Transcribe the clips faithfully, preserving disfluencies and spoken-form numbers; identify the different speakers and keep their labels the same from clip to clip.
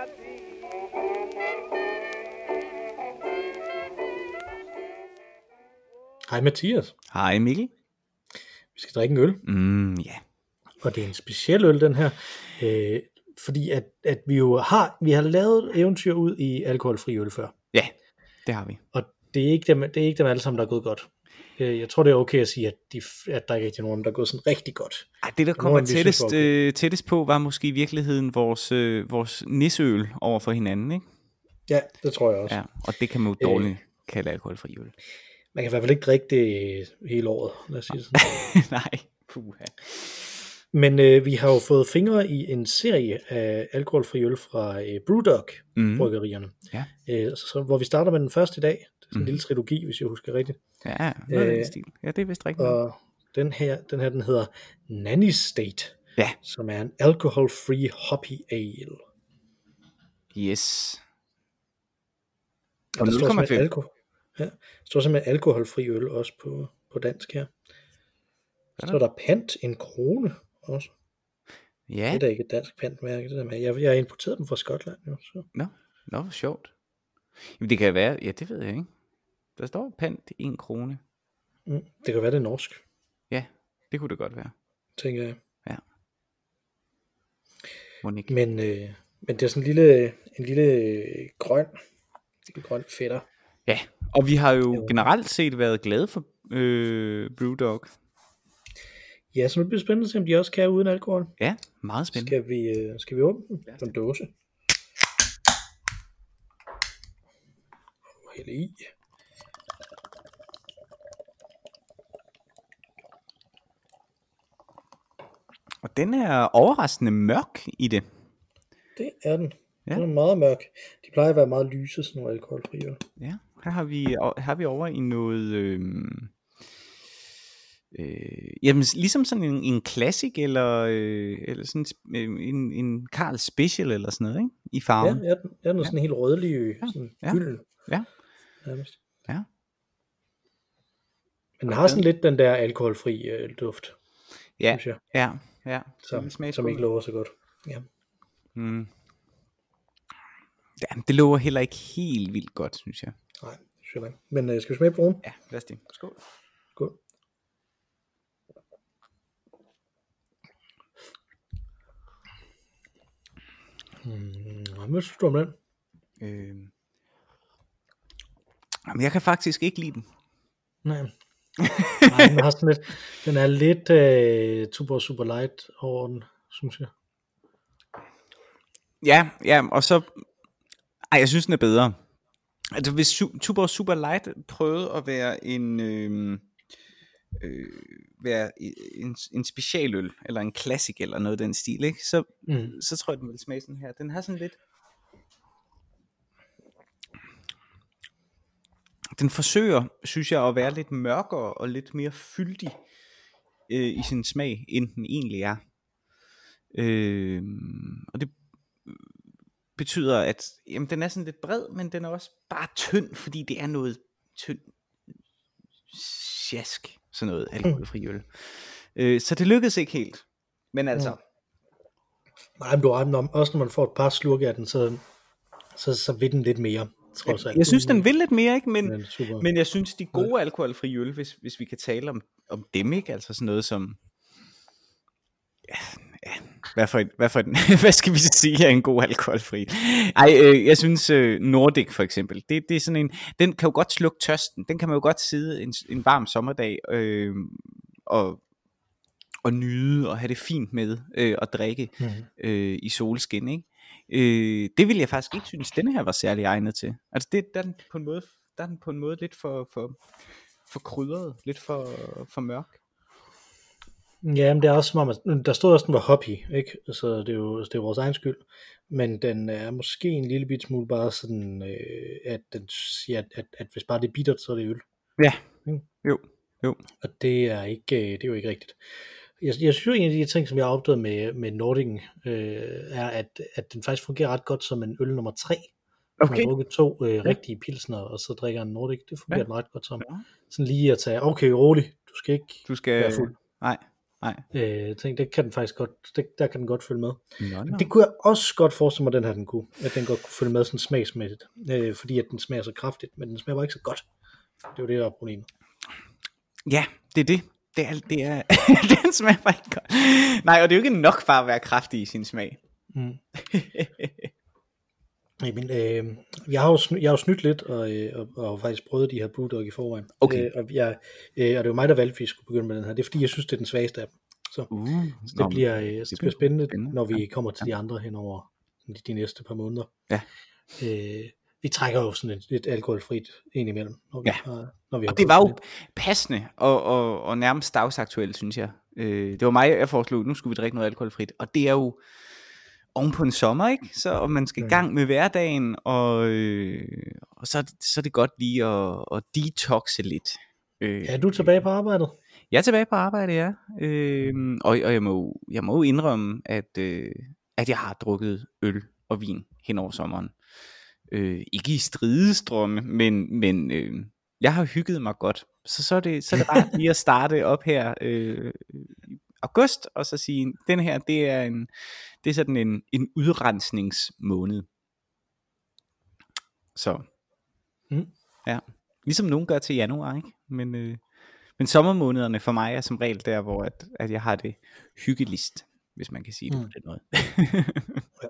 Speaker 1: Hej Mathias.
Speaker 2: Hej Mikkel.
Speaker 1: Vi skal drikke en øl.
Speaker 2: Mm, ja.
Speaker 1: Og det er en speciel øl, den her. Øh, fordi at, at vi jo har, vi har lavet eventyr ud i alkoholfri øl før.
Speaker 2: Ja, det har vi.
Speaker 1: Og det er ikke dem, det er ikke dem alle sammen, der er gået godt. Øh, jeg tror, det er okay at sige, at, de, at der ikke er rigtig nogen, der er gået sådan rigtig godt.
Speaker 2: Ej, det der kommer nogen, tættest, okay. øh, tættest på, var måske i virkeligheden vores, øh, vores nisseøl over for hinanden, ikke?
Speaker 1: Ja, det tror jeg også.
Speaker 2: Ja, og det kan man jo dårligt øh, kalde alkoholfri øl.
Speaker 1: Man kan i hvert fald ikke drikke det hele året, lad os sige sådan.
Speaker 2: Nej, puha.
Speaker 1: Men øh, vi har jo fået fingre i en serie af alkoholfri øl fra øh, Brewdog mm. bryggerierne,
Speaker 2: ja.
Speaker 1: øh, så, hvor vi starter med den første i dag. Det er sådan mm. en lille trilogi, hvis jeg husker rigtigt.
Speaker 2: Ja, noget øh, stil. Ja, det er vist rigtigt.
Speaker 1: Og den her, den her, den hedder Nanny State,
Speaker 2: ja.
Speaker 1: som er en alcohol-free hoppy ale.
Speaker 2: Yes.
Speaker 1: Og der står simpelthen, alko- ja, der står simpelthen alkoholfri øl også på, på dansk her. Så står der pant en krone også.
Speaker 2: Ja.
Speaker 1: Det er da ikke et dansk pantmærke, det der med. Jeg, jeg har importeret dem fra Skotland jo. Så.
Speaker 2: Nå, nå, hvor sjovt. Jamen det kan være, ja det ved jeg ikke. Der står pant en krone.
Speaker 1: Mm, det kan være det er norsk.
Speaker 2: Ja, det kunne det godt være.
Speaker 1: Tænker jeg.
Speaker 2: Ja.
Speaker 1: Men, øh, men det er sådan en lille, en lille øh, grøn, en grøn fætter.
Speaker 2: Ja, og vi har jo generelt set været glade for øh, Brewdog.
Speaker 1: Ja, så nu bliver det spændende at se, om de også kan uden alkohol.
Speaker 2: Ja, meget spændende.
Speaker 1: Skal vi, øh, skal vi åbne den på en dåse? Hælde i.
Speaker 2: Og den er overraskende mørk i det.
Speaker 1: Det er den.
Speaker 2: Ja.
Speaker 1: Den er meget mørk. De plejer at være meget lyse, sådan nogle alkoholfri øl.
Speaker 2: Ja, her har vi, her har vi over i noget... Øh, øh, jamen, ligesom sådan en, en classic, eller, øh, eller sådan øh, en, en Carl Special, eller sådan noget, ikke? I farven.
Speaker 1: Ja, ja, den er noget ja. Sådan helt rødlig,
Speaker 2: ja.
Speaker 1: sådan
Speaker 2: ja.
Speaker 1: gylden.
Speaker 2: Ja.
Speaker 1: Nærmest.
Speaker 2: Ja.
Speaker 1: Men den har sådan lidt den der alkoholfri øh, duft,
Speaker 2: ja.
Speaker 1: synes jeg.
Speaker 2: Ja, ja.
Speaker 1: Som, som ikke lover så godt. Ja.
Speaker 2: Mm. Ja, det lover heller ikke helt vildt godt, synes jeg.
Speaker 1: Nej, synes jeg ikke. Men øh, skal vi smage på den?
Speaker 2: Ja, lad os det. Skål.
Speaker 1: Skål. Hmm, hvad synes du om den?
Speaker 2: Øh... Jamen, jeg kan faktisk ikke lide den.
Speaker 1: Nej. Nej, den, har sådan lidt, den er lidt øh, super, super light over den, synes jeg.
Speaker 2: Ja, ja, og så... Ej, jeg synes, den er bedre. Altså, hvis Super Super Light prøvede at være en... Øh, øh, være en, en specialøl, eller en classic, eller noget af den stil, ikke? Så, mm. så tror jeg, den vil smage sådan her. Den har sådan lidt... Den forsøger, synes jeg, at være lidt mørkere og lidt mere fyldig øh, i sin smag, end den egentlig er. Øh, og det betyder, at jamen, den er sådan lidt bred, men den er også bare tynd, fordi det er noget tynd sjask, sådan noget alkoholfri øl. Øh, så det lykkedes ikke helt. Men altså...
Speaker 1: Nej, men du har den også, når man får et par slurke af den, så, så, så vil den lidt mere.
Speaker 2: Jeg, jeg synes den vil lidt mere, ikke? Men, men jeg synes de gode alkoholfri øl, hvis, hvis vi kan tale om, om dem, ikke? Altså sådan noget som ja, ja. Hvad, for et, hvad, for et, hvad skal vi sige er en god alkoholfri? Ej, øh, jeg synes øh, Nordic for eksempel, det, det er sådan en, den kan jo godt slukke tørsten, den kan man jo godt sidde en, en varm sommerdag øh, og og nyde og have det fint med øh, at drikke mm. øh, i solskin, ikke? Øh, det vil jeg faktisk ikke synes denne her var særlig egnet til. Altså det der er den på en måde, der er den på en måde lidt for for for krydret, lidt for for mørk.
Speaker 1: Ja, men det er også som om, at der stod også den var hoppy, ikke? Så det er jo det er vores egen skyld. Men den er måske en lille bit smule bare sådan øh, at den siger at, at at hvis bare det er bittert, så er det øl.
Speaker 2: Ja. Mm. Jo. Jo.
Speaker 1: Og det er ikke det er jo ikke rigtigt. Jeg, jeg synes jo, en af de ting, som jeg har opdaget med, med Nordic, øh, er, at, at den faktisk fungerer ret godt som en øl nummer tre. Okay. Man har drukket to øh, rigtige pilsner, og så drikker en Nordic. Det fungerer ja. den ret godt som. Ja. Sådan lige at tage, okay, rolig, du skal ikke
Speaker 2: du skal...
Speaker 1: være fuld.
Speaker 2: Nej. Nej.
Speaker 1: Øh, tænk, det kan den faktisk godt, det, der kan den godt følge med.
Speaker 2: Nå, nå.
Speaker 1: Det kunne jeg også godt forestille mig, den her den kunne, at den godt kunne følge med sådan smagsmæssigt, øh, fordi at den smager så kraftigt, men den smager bare ikke så godt. Det er jo det, der er problemet.
Speaker 2: Ja, det er det. Det er, det er den smager bare ikke godt. Nej, og det er jo ikke nok bare at være kraftig i sin smag.
Speaker 1: Mm. Jamen, øh, jeg, har jo sny, jeg har jo snydt lidt, og, øh, og, og faktisk prøvet de her Brewdog i forvejen.
Speaker 2: Okay.
Speaker 1: Øh, og, jeg, øh, og det var mig, der valgte, at vi skulle begynde med den her. Det er fordi, jeg synes, det er den svageste af dem. Så,
Speaker 2: uh,
Speaker 1: så det,
Speaker 2: nå,
Speaker 1: bliver, øh, det bliver spændende, spændende, når vi
Speaker 2: ja.
Speaker 1: kommer til
Speaker 2: ja.
Speaker 1: de andre henover de, de næste par måneder.
Speaker 2: Ja.
Speaker 1: Øh, vi trækker jo sådan et, et alkoholfrit ind imellem, når vi
Speaker 2: ja.
Speaker 1: har, når vi har
Speaker 2: og det var jo passende og, og, og nærmest dagsaktuelt, synes jeg. Øh, det var mig, jeg foreslog, nu skulle vi drikke noget alkoholfrit, og det er jo oven på en sommer, ikke? Så og man skal i gang med hverdagen, og, øh, og så, så er det godt lige at, at detoxe lidt.
Speaker 1: Øh, er du tilbage på arbejdet?
Speaker 2: Jeg er tilbage på arbejde, ja. Øh, og og jeg, må, jeg må jo indrømme, at, øh, at jeg har drukket øl og vin hen over sommeren. Øh, ikke i stridestrømme, men, men øh, jeg har hygget mig godt. Så, så, er, det, så er det bare lige at starte op her øh, i august, og så sige, den her, det er, en, det er sådan en, en udrensningsmåned. Så,
Speaker 1: mm.
Speaker 2: ja. Ligesom nogen gør til januar, ikke? Men, øh, men sommermånederne for mig er som regel der, hvor at, at jeg har det hyggeligst, hvis man kan sige det mm. på den måde.
Speaker 1: ja.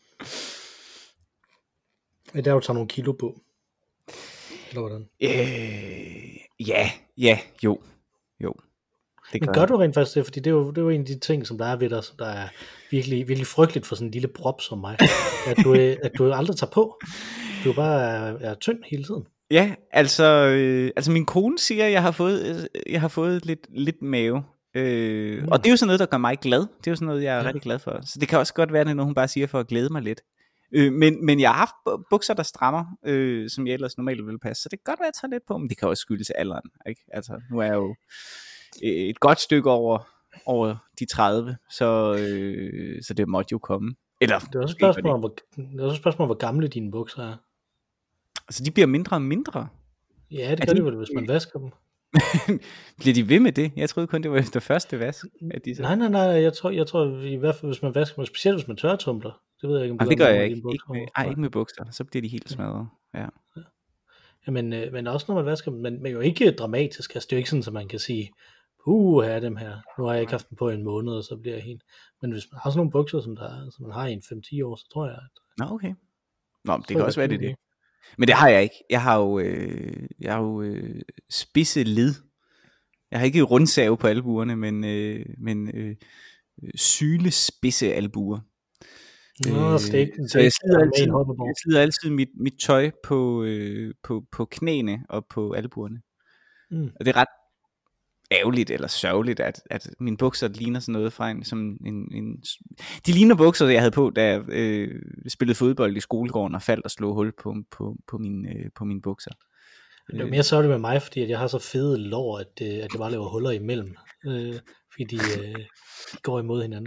Speaker 1: Er der jo tager nogle kilo på? Eller hvordan?
Speaker 2: Øh, ja, ja, jo, jo.
Speaker 1: Det Men gør du rent faktisk det? Fordi det er, jo, det er jo en af de ting, som der er ved dig, som der er virkelig, virkelig frygteligt for sådan en lille prop som mig. At du, at du aldrig tager på. Du bare er, er tynd hele tiden.
Speaker 2: Ja, altså, øh, altså min kone siger, at jeg har fået, jeg har fået lidt, lidt mave. Øh, mm. Og det er jo sådan noget, der gør mig glad. Det er jo sådan noget, jeg er ja. rigtig glad for. Så det kan også godt være, at hun bare siger for at glæde mig lidt. Øh, men, men jeg har haft bukser, der strammer, øh, som jeg ellers normalt ville passe. Så det kan godt være, at jeg tager lidt på, men det kan også skyldes alderen. Ikke? Altså, nu er jeg jo et godt stykke over, over de tredive, så, øh, så det måtte jo komme. Eller,
Speaker 1: det er også et spørgsmål, hvor, det er også et spørgsmål, hvor gamle dine bukser er.
Speaker 2: Altså, de bliver mindre og mindre.
Speaker 1: Ja, det gør de vel, hvis man vasker dem.
Speaker 2: Bliver de ved med det? Jeg troede kun, det var efter første vask. At de så...
Speaker 1: Nej, nej, nej, jeg tror, jeg tror i hvert fald, hvis man vasker dem, specielt hvis man tørretumbler. Det ved jeg ikke, om
Speaker 2: du det gør jeg ikke. Ikke med, ej, ikke med bukser. Så bliver de helt smadret. Ja.
Speaker 1: ja. ja men, øh, men også når man vasker dem, men, men jo ikke dramatisk. Altså, det er jo ikke sådan, at man kan sige, uh, her er dem her. Nu har jeg ikke haft dem på en måned, og så bliver jeg helt... Men hvis man har sådan nogle bukser, som, der, som man har i en fem til ti år, så tror jeg, at...
Speaker 2: Nå, okay. Nå, det kan også være, det er det. Men det har jeg ikke. Jeg har jo, øh, jeg har jo øh, spidse led. Jeg har ikke rundsave på albuerne, men, øh, men øh, sylespidse albuer.
Speaker 1: Nå,
Speaker 2: øh,
Speaker 1: stik,
Speaker 2: så jeg slider altid, jeg slider altid mit, mit tøj på, øh, på, på knæene og på albuerne. Mm. Og det er ret ærgerligt eller sørgeligt, at, at mine bukser ligner sådan noget fra en, som en, en... De ligner bukser, jeg havde på, da jeg øh, spillede fodbold i skolegården og faldt og slog hul på, på, på, mine, øh, på mine bukser.
Speaker 1: Det er mere sørgeligt med mig, fordi at jeg har så fede lår, at, at jeg bare laver huller imellem, øh, fordi de, øh, de går imod hinanden.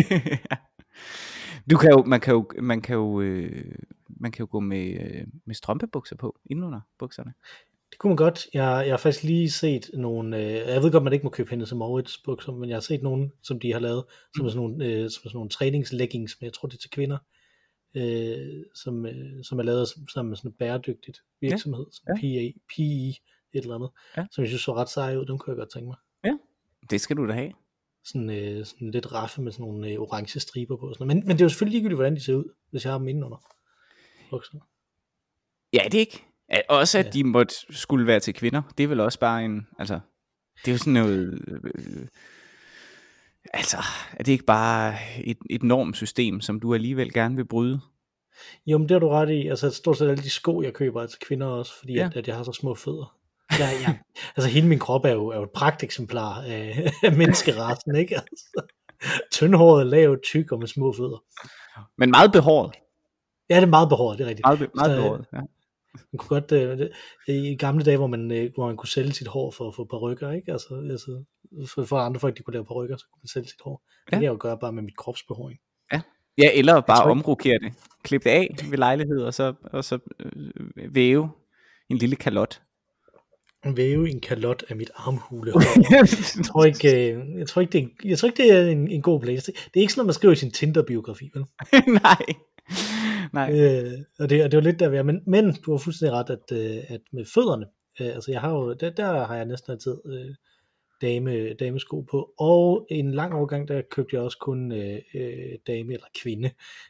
Speaker 2: Du kan jo, man kan jo, man kan jo, øh, man kan jo gå med, øh, med strømpebukser på, indenunder bukserne.
Speaker 1: Det kunne man godt. Jeg, jeg har faktisk lige set nogle, øh, jeg ved godt, man ikke må købe hende som Moritz bukser, men jeg har set nogle, som de har lavet, som er sådan nogle, øh, som er sådan nogle træningsleggings, men jeg tror det er til kvinder, øh, som, øh, som er lavet sammen med sådan et bæredygtigt virksomhed, ja. Ja. P E, et eller andet, ja. Som jeg synes så ret seje ud, dem kunne jeg godt tænke mig.
Speaker 2: Ja, det skal du da have.
Speaker 1: Sådan, øh, sådan lidt raffe med sådan nogle øh, orange striber på. Sådan. Men, men det er jo selvfølgelig ligegyldigt, hvordan de ser ud, hvis jeg har dem indenunder bukserne.
Speaker 2: Ja, det er ikke. Også at ja. De måtte skulle være til kvinder. Det er vel også bare en, altså, det er jo sådan noget, øh, altså, er det ikke bare et, et normsystem, som du alligevel gerne vil bryde?
Speaker 1: Jo, men det har du ret i. Altså, stort set alle de sko, jeg køber er til kvinder også, fordi ja. at, at jeg har så små fødder. Ja, ja. Altså, hele min krop er jo, er jo et pragteksemplar af, af menneskerassen, ikke? Altså, tyndhåret, lav, tyk og med små fødder.
Speaker 2: Men meget behåret.
Speaker 1: Ja, det er meget behåret, det er rigtigt.
Speaker 2: Meget, be- meget behåret, ja.
Speaker 1: Man kunne godt, øh, i gamle dage, hvor man, øh, hvor man kunne sælge sit hår for at få parrykker, ikke? Altså, altså for, for andre folk, de kunne lave parrykker, så kunne man sælge sit hår. Det ja. kan jeg jo gøre bare med mit kropsbehåring.
Speaker 2: Ja, ja, eller bare omrokere det. Klippe det af ved lejlighed, og så, og så øh, væve en lille kalot.
Speaker 1: væve en kalot af mit armhule. jeg tror ikke, jeg tror ikke, det er, jeg tror ikke, det er en, en god place. Det, det er ikke sådan, at man skriver i sin Tinder-biografi, vel?
Speaker 2: Nej. Nej.
Speaker 1: Øh, og, det, og det var lidt der ved, men, men du har fuldstændig ret, at, at med fødderne, øh, altså jeg har jo, der, der har jeg næsten altid øh, dame, damesko på, og en lang overgang, der købte jeg også kun øh, dame eller kvinde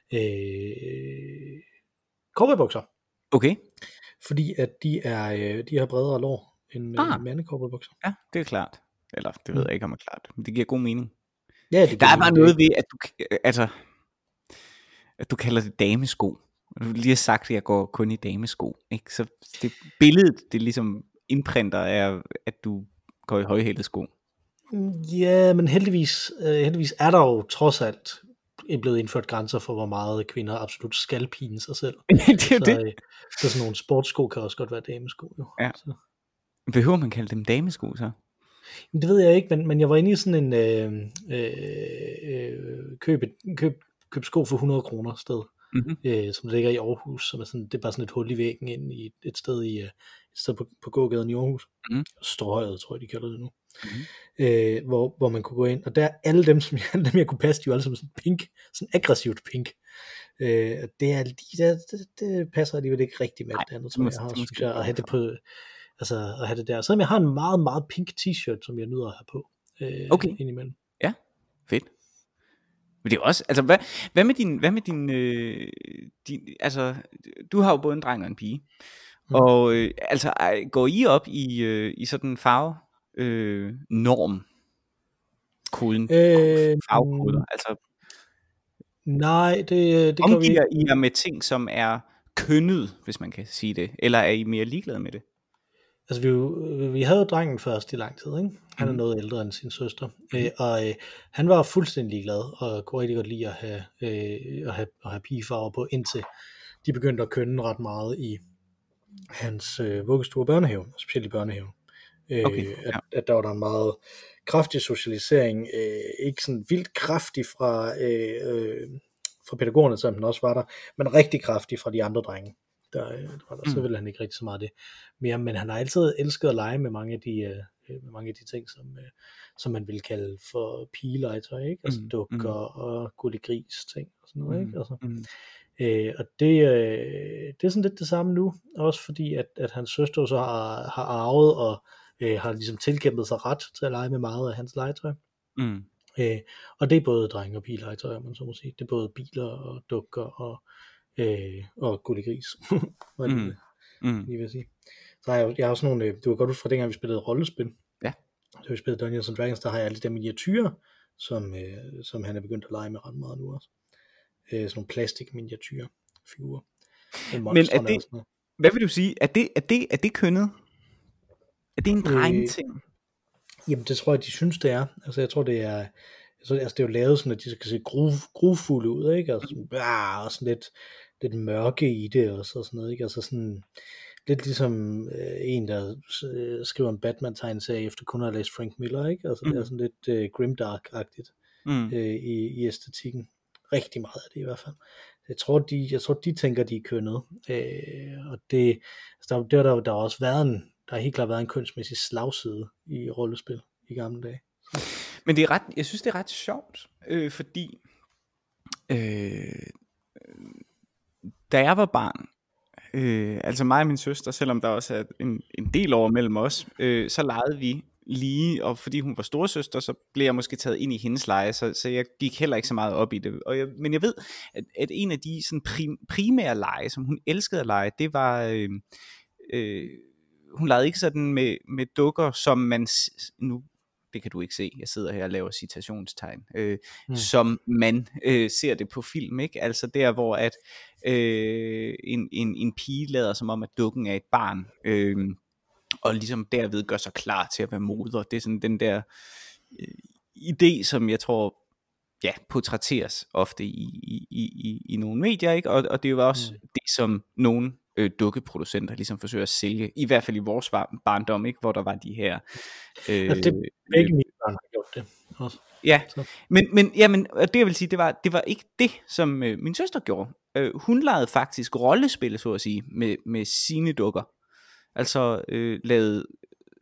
Speaker 1: øh, cowboybukser.
Speaker 2: Okay.
Speaker 1: Fordi at de er, de har bredere lår end ah. mandekårbukser.
Speaker 2: Ja, det er klart. Eller det ved jeg ikke, om det er klart. Men det giver god mening.
Speaker 1: Ja, det
Speaker 2: der er bare noget ved, at du, altså, at du kalder det damesko. Du lige har sagt, at jeg går kun i damesko. Ikke? Så det billedet, det ligesom indprinter, er, at du går i højhælede sko.
Speaker 1: Ja, men heldigvis, heldigvis er der jo trods alt blevet indført grænser for, hvor meget kvinder absolut skal pine sig selv.
Speaker 2: det er så,
Speaker 1: det. Så sådan nogle sportssko kan også godt være damesko. Jo.
Speaker 2: Ja.
Speaker 1: Så.
Speaker 2: Behøver man kalde dem damesko så?
Speaker 1: Men det ved jeg ikke, men, men jeg var inde i sådan en øh, øh, køb, køb, køb sko for hundrede kroner sted, mm-hmm. øh, som ligger i Aarhus, som er sådan, det er bare sådan et hul i væggen ind i et, et sted i et sted på, på gågaden i Aarhus. Mm-hmm. Storhøjet, tror jeg, de kalder det nu. Mm-hmm. Øh, hvor, hvor man kunne gå ind, og der alle dem, som jeg, dem jeg kunne passe, de var alle sammen sådan pink, sådan aggressivt pink. Øh, det, er, det, det, det passer alligevel ikke rigtig med det andet, tror jeg, jeg har, synes jeg, at have det på, altså at have det der. Selvom jeg har en meget, meget pink t-shirt, som jeg nyder at have på øh,
Speaker 2: okay.
Speaker 1: indimellem.
Speaker 2: Ja, fedt. Men det er også, altså hvad, hvad med din, hvad med din, øh, din, altså du har jo både en dreng og en pige, mm. og øh, altså går I op i, øh, i sådan en farve øh, norm koden, øh, farvekoder, altså
Speaker 1: nej, det, det går vi ikke.
Speaker 2: Omgiver I jer med ting, som er kønnet, hvis man kan sige det, eller er I mere ligeglade med det?
Speaker 1: Altså vi, vi havde jo drengen først i lang tid, ikke? Han er mm. noget ældre end sin søster, mm. øh, og øh, han var fuldstændig ligeglad, og kunne rigtig godt lide at have, øh, at have, at have pigefarver på, indtil de begyndte at kønne ret meget i hans øh, vuggestue og børnehave, specielt i børnehave. Øh, okay, ja. at, at der var der en meget kraftig socialisering, øh, ikke sådan vildt kraftig fra, øh, øh, fra pædagogerne, som den også var der, men rigtig kraftig fra de andre drenge. Der, der var der, så ville han ikke rigtig så meget det mere, men han har altid elsket at lege med mange af de, øh, med mange af de ting, som, øh, som man vil kalde for pigelegetøj, ikke? Altså mm, dukker mm. og gullegris ting og sådan noget, mm, ikke? Altså, mm. øh, og det, øh, det er sådan lidt det samme nu, også fordi at, at hans søster så har, har arvet og øh, har ligesom tilkæmpet sig ret til at lege med meget af hans legetøj. Mm. Øh, og det er både drenge og pigelegetøj, man så må sige. Det er både biler og dukker og Øh, og gullegris. Hvad mm. det, mm. lige vil sige. Så har jeg, jeg har også nogle, det var godt ud fra dengang vi spillede rollespil.
Speaker 2: Ja.
Speaker 1: Så vi spillede Dungeons and Dragons, der har jeg alle de der miniatyrer, som, øh, som han er begyndt at lege med ret meget nu også. Øh, sådan nogle plastik miniatyrer figurer.
Speaker 2: Men er det, hvad vil du sige, er det, er det, er det kønnet? Er det en drengeting? Øh,
Speaker 1: jamen det tror jeg, de synes det er. Altså jeg tror det er, så, altså det er jo lavet sådan, at de skal se grufulde ud, ikke? Altså sådan, bah, og sådan lidt, lidt mørke i det, og så sådan noget, ikke? Altså sådan, lidt ligesom øh, en, der øh, skriver en Batman-tegneserie efter kun at have læst Frank Miller, ikke? Altså mm. det er sådan lidt øh, grimdark-agtigt øh, i, i æstetikken. Rigtig meget af det i hvert fald. Jeg tror, de, jeg tror, de tænker, de er kønnet. Øh, og det, altså der, der, der, der har også været en, der har helt klart været en kønsmæssig slagside i rollespil i gamle dage. Så.
Speaker 2: Men det er ret, jeg synes, det er ret sjovt, øh, fordi øh, da jeg var barn, øh, altså mig og min søster, selvom der også er en, en del over mellem os, øh, så legede vi lige, og fordi hun var storesøster, så blev jeg måske taget ind i hendes lege, så, så jeg gik heller ikke så meget op i det. Og jeg, men jeg ved, at, at en af de sådan prim, primære lege, som hun elskede at lege, det var, øh, øh, hun legede ikke sådan med, med dukker, som man nu, det kan du ikke se, jeg sidder her og laver citationstegn, øh, mm. som man øh, ser det på film, ikke? Altså der, hvor at øh, en, en, en pige lader som om, at dukken er et barn, øh, og ligesom derved gør sig klar til at være moder. Det er sådan den der øh, idé, som jeg tror, ja, portrætteres ofte i, i, i, i nogle medier, ikke? Og, og det er jo også mm. det, som nogle øh, dukkeproducenter ligesom forsøger at sælge, i hvert fald i vores barndom, ikke? Hvor der var de her øh,
Speaker 1: ja, det begge mine børn har gjort det også.
Speaker 2: Ja, men, men, ja, men det jeg vil sige, det var, det var ikke det, som øh, min søster gjorde. Øh, hun legede faktisk rollespil, så at sige, med, med sine dukker. Altså øh, lavede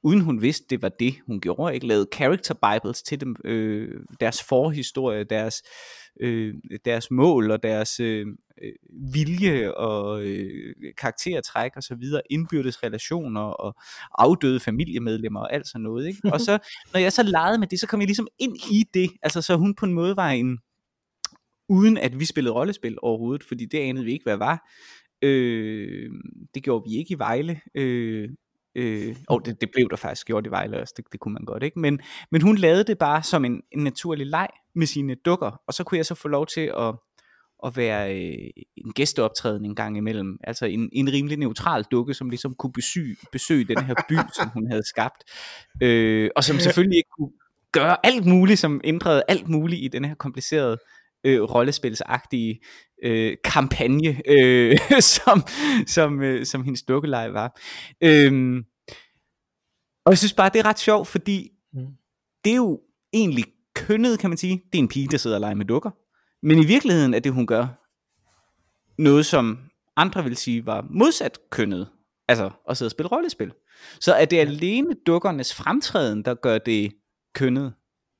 Speaker 2: uden hun vidste, det var det, hun gjorde, ikke? Lavede character bibles til dem, øh, deres forhistorie, deres, øh, deres mål og deres øh, vilje og øh, karaktertræk og så videre, indbyrdes relationer og afdøde familiemedlemmer og alt sådan noget, ikke? Og så, når jeg så legede med det, så kom jeg ligesom ind i det, altså så hun på en måde var en, uden at vi spillede rollespil overhovedet, fordi det anede vi ikke, hvad var. Øh, det gjorde vi ikke i Vejle, øh, øh, og det, det blev der faktisk gjort i Vejle også, det, det kunne man godt, ikke? Men, men hun lavede det bare som en, en naturlig leg med sine dukker, og så kunne jeg så få lov til at, at være øh, en gæsteoptræden en gang imellem, altså en, en rimelig neutral dukke, som ligesom kunne besøge, besøge den her by, som hun havde skabt, øh, og som selvfølgelig ikke kunne gøre alt muligt, som ændrede alt muligt i den her komplicerede Øh, rollespilsagtige øh, kampagne, øh, som, som, øh, som hendes dukkeleg var. Øhm, og jeg synes bare, det er ret sjovt, fordi mm. det er jo egentlig kønnet, kan man sige. Det er en pige, der sidder og leger med dukker. Men i virkeligheden er det, hun gør, noget, som andre vil sige var modsat kønnet. Altså at sidde og spille rollespil. Så er det alene dukkernes fremtræden, der gør det kønnet?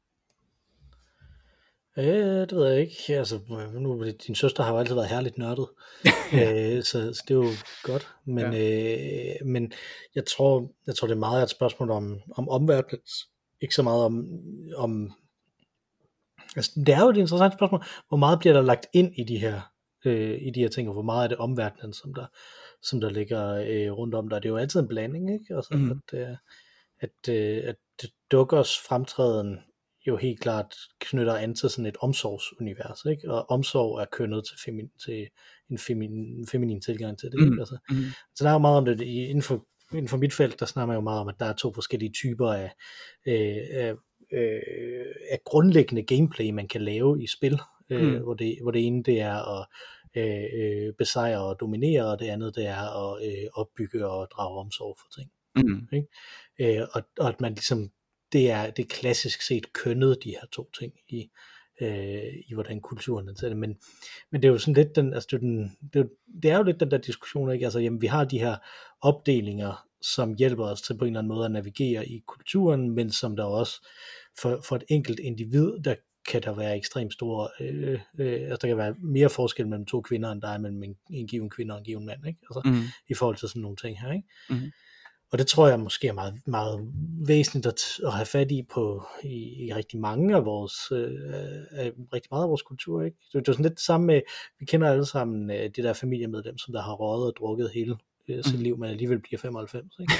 Speaker 1: Øh, det ved jeg ikke. Altså, nu, din søster har jo altid været herligt nørdet, øh, så, så det er jo godt. Men, ja. øh, men jeg tror, jeg tror, det er meget et spørgsmål om, om omverdenen, ikke så meget om, om altså, det er jo et interessant spørgsmål, hvor meget bliver der lagt ind i de her, øh, i de her ting, og hvor meget er det omverdenen, som der, som der ligger øh, rundt om der. Det er jo altid en blanding, ikke? Altså, mm. at, øh, at, øh, at dukkers fremtræden jo helt klart knytter an til sådan et omsorgsunivers, ikke? Og omsorg er kønnet til, femin, til en feminin, feminin tilgang til det, ikke? Altså, mm. Så der er jo meget om det, inden for, inden for mit felt, der snakker man jo meget om, at der er to forskellige typer af, øh, af, øh, af grundlæggende gameplay, man kan lave i spil, øh, mm. hvor, det, hvor det ene, det er at øh, besejre og dominere, og det andet, det er at øh, opbygge og drage omsorg for ting. Mm. Ikke? Øh, og, og at man ligesom det er det er klassisk set kønnet, de her to ting i øh, i hvordan kulturen den sætter, men men det er jo sådan lidt den, altså det er, den, det, er jo, det er jo lidt den der diskussion, ikke? Altså jamen vi har de her opdelinger, som hjælper os til på en eller anden måde at navigere i kulturen, men som der også for for et enkelt individ, der kan der være ekstremt store, øh, øh, altså der kan være mere forskel mellem to kvinder, end der er mellem en, en given kvinde og en given mand, ikke? Altså mm. i forhold til sådan nogle ting her, ikke? Mm. Og det tror jeg måske er meget, meget væsentligt at, at have fat i på i, i rigtig mange af vores, øh, rigtig meget af vores kultur, ikke? Det, det er sådan lidt det samme med, vi kender alle sammen øh, det der familiemedlem, som der har røget og drukket hele øh, sit mm. liv, men alligevel bliver femoghalvfems, ikke?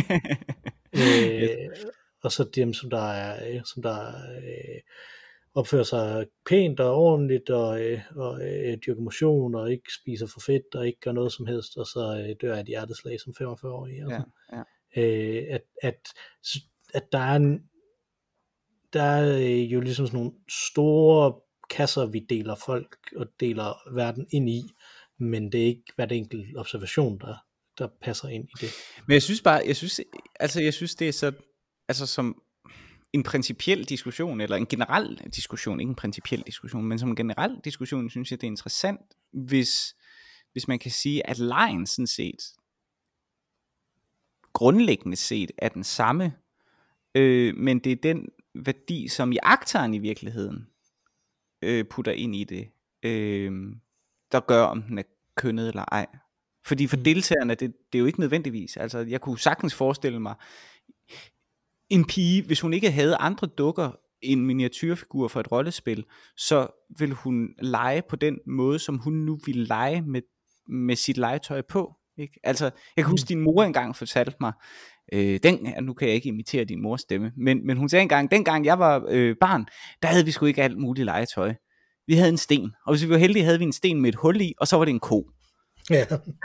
Speaker 1: øh, yes. Og så dem, som der er, øh, som der øh, opfører sig pænt og ordentligt og, øh, og øh, dyrker motion og ikke spiser for fedt og ikke gør noget som helst, og så øh, dør af et hjerteslag som femogfyrre-årig. Altså. Ja, ja. Øh, at, at, at der er en, der er øh, jo ligesom sådan nogle store kasser, vi deler folk og deler verden ind i, men det er ikke hvert enkelt observation, der, der passer ind i det.
Speaker 2: Men jeg synes bare, jeg synes, altså jeg synes det er så, altså som en principiel diskussion, eller en generel diskussion, ikke en principiel diskussion, men som en generel diskussion, synes jeg, det er interessant, hvis, hvis man kan sige, at legen sådan set, grundlæggende set, er den samme, øh, men det er den værdi, som iagttageren i virkeligheden øh, putter ind i det, øh, der gør, om den er kønnet eller ej. Fordi for deltagerne, det, det er jo ikke nødvendigvis, altså jeg kunne sagtens forestille mig, en pige, hvis hun ikke havde andre dukker end miniatyrfigurer for et rollespil, så ville hun lege på den måde, som hun nu ville lege med, med sit legetøj på. Ikke? Altså, jeg kan huske, din mor engang fortalte mig, øh, den, nu kan jeg ikke imitere din mors stemme, men, men hun sagde engang, dengang jeg var øh, barn, der havde vi sgu ikke alt muligt legetøj. Vi havde en sten, og hvis vi var heldige, havde vi en sten med et hul i, og så var det en ko. Ja.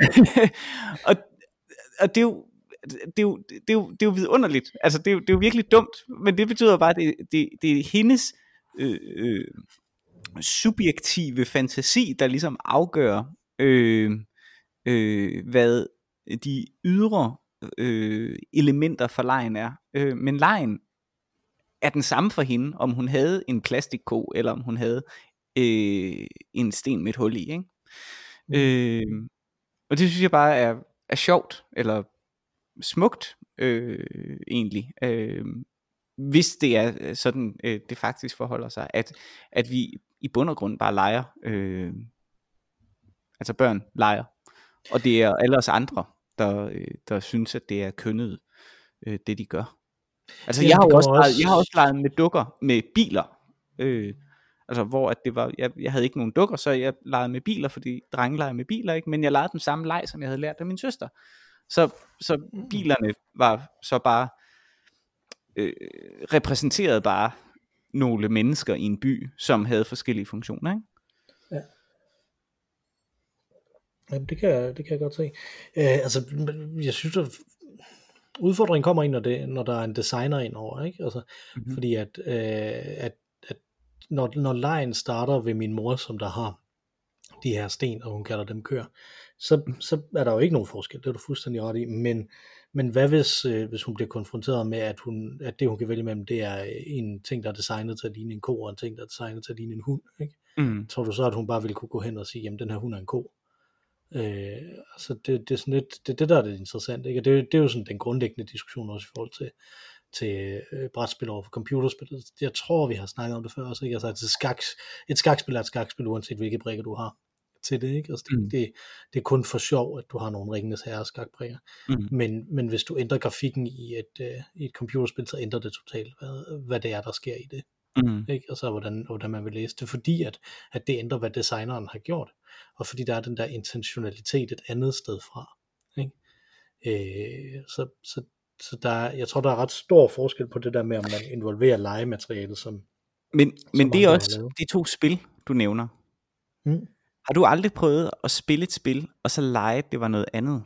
Speaker 2: og, og det er jo Det er, jo, det, er jo, det er jo vidunderligt. Altså det er jo, det er jo virkelig dumt, men det betyder bare, at det, det, det er hendes øh, øh, subjektive fantasi, der ligesom afgør, øh, øh, hvad de ydre øh, elementer for legen er. Øh, men legen er den samme for hende, om hun havde en plastikko, eller om hun havde øh, en sten med et hul i. Ikke? Mm. Øh, og det synes jeg bare er, er sjovt, eller smukt, øh, egentlig. Øh, hvis det er sådan, øh, det faktisk forholder sig, at, at vi i bund og grund bare leger, øh, altså børn leger, og det er alle os andre, der, øh, der synes, at det er kønnet, øh, det de gør. Altså
Speaker 1: Jamen,
Speaker 2: jeg har
Speaker 1: det
Speaker 2: jo også,
Speaker 1: kommer
Speaker 2: leget,
Speaker 1: også-
Speaker 2: jeg har også leget med dukker, med biler, øh, altså hvor at det var, jeg, jeg havde ikke nogen dukker, så jeg legede med biler, fordi drenge leger med biler, ikke? Men jeg legede den samme leg, som jeg havde lært af min søster. Så, så bilerne var så bare, øh, repræsenterede bare nogle mennesker i en by, som havde forskellige funktioner, ikke?
Speaker 1: Ja. Jamen, det kan, jeg- det kan jeg godt se. Øh, altså, jeg synes, at udfordringen kommer ind, når, det, når der er en designer ind over, ikke? Altså,
Speaker 2: Mhm.
Speaker 1: fordi at, øh, at, at når, når lejen starter ved min mor, som der har de her sten, og hun kalder dem køer, så, så er der jo ikke nogen forskel, det er du fuldstændig ret i, men, men hvad hvis, øh, hvis hun bliver konfronteret med, at, hun, at det hun kan vælge mellem, det er en ting, der er designet til at ligne en ko, og en ting, der er designet til at ligne en hund, ikke?
Speaker 2: Mm.
Speaker 1: Tror du så, at hun bare ville kunne gå hen og sige, jamen den her hund er en ko? Øh, altså det, det er sådan lidt, det er det der er det interessant, ikke? Og det, det er jo sådan den grundlæggende diskussion også i forhold til, til øh, brætspil over for computerspil. Jeg tror vi har snakket om det før også, ikke? Altså et, skak, et skakspil er et skakspil, uanset hvilke brikker du har til det, ikke? Altså det,
Speaker 2: Mm.
Speaker 1: det, det er kun for sjov, at du har nogle Ringenes Herre skakbrikker,
Speaker 2: Mm.
Speaker 1: men, men hvis du ændrer grafikken i et, øh, i et computerspil, så ændrer det totalt, hvad, hvad det er, der sker i det.
Speaker 2: Mm.
Speaker 1: Ikke? Og så hvordan, hvordan man vil læse det, fordi at, at det ændrer, hvad designeren har gjort, og fordi der er den der intentionalitet et andet sted fra, ikke? Øh, så, så, så der er, jeg tror der er ret stor forskel på det der med, om man involverer legematerialet som,
Speaker 2: Men, men det
Speaker 1: andre
Speaker 2: er
Speaker 1: har
Speaker 2: også
Speaker 1: lavet.
Speaker 2: de to spil du nævner.
Speaker 1: Mm.
Speaker 2: Har du aldrig prøvet at spille et spil og så lege at det var noget andet?